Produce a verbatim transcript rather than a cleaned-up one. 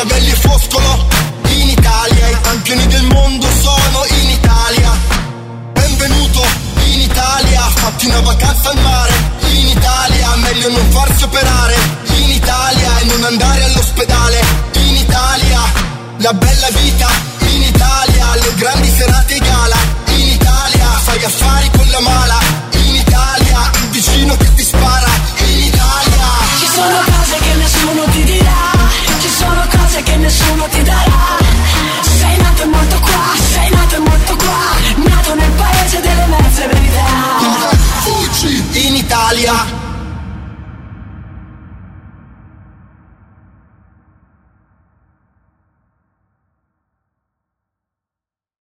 Machiavelli e Foscolo in Italia, i campioni del mondo sono in Italia. Benvenuto in Italia, fatti una vacanza al mare in Italia, meglio non farsi operare in Italia e non andare all'ospedale in Italia. La bella vita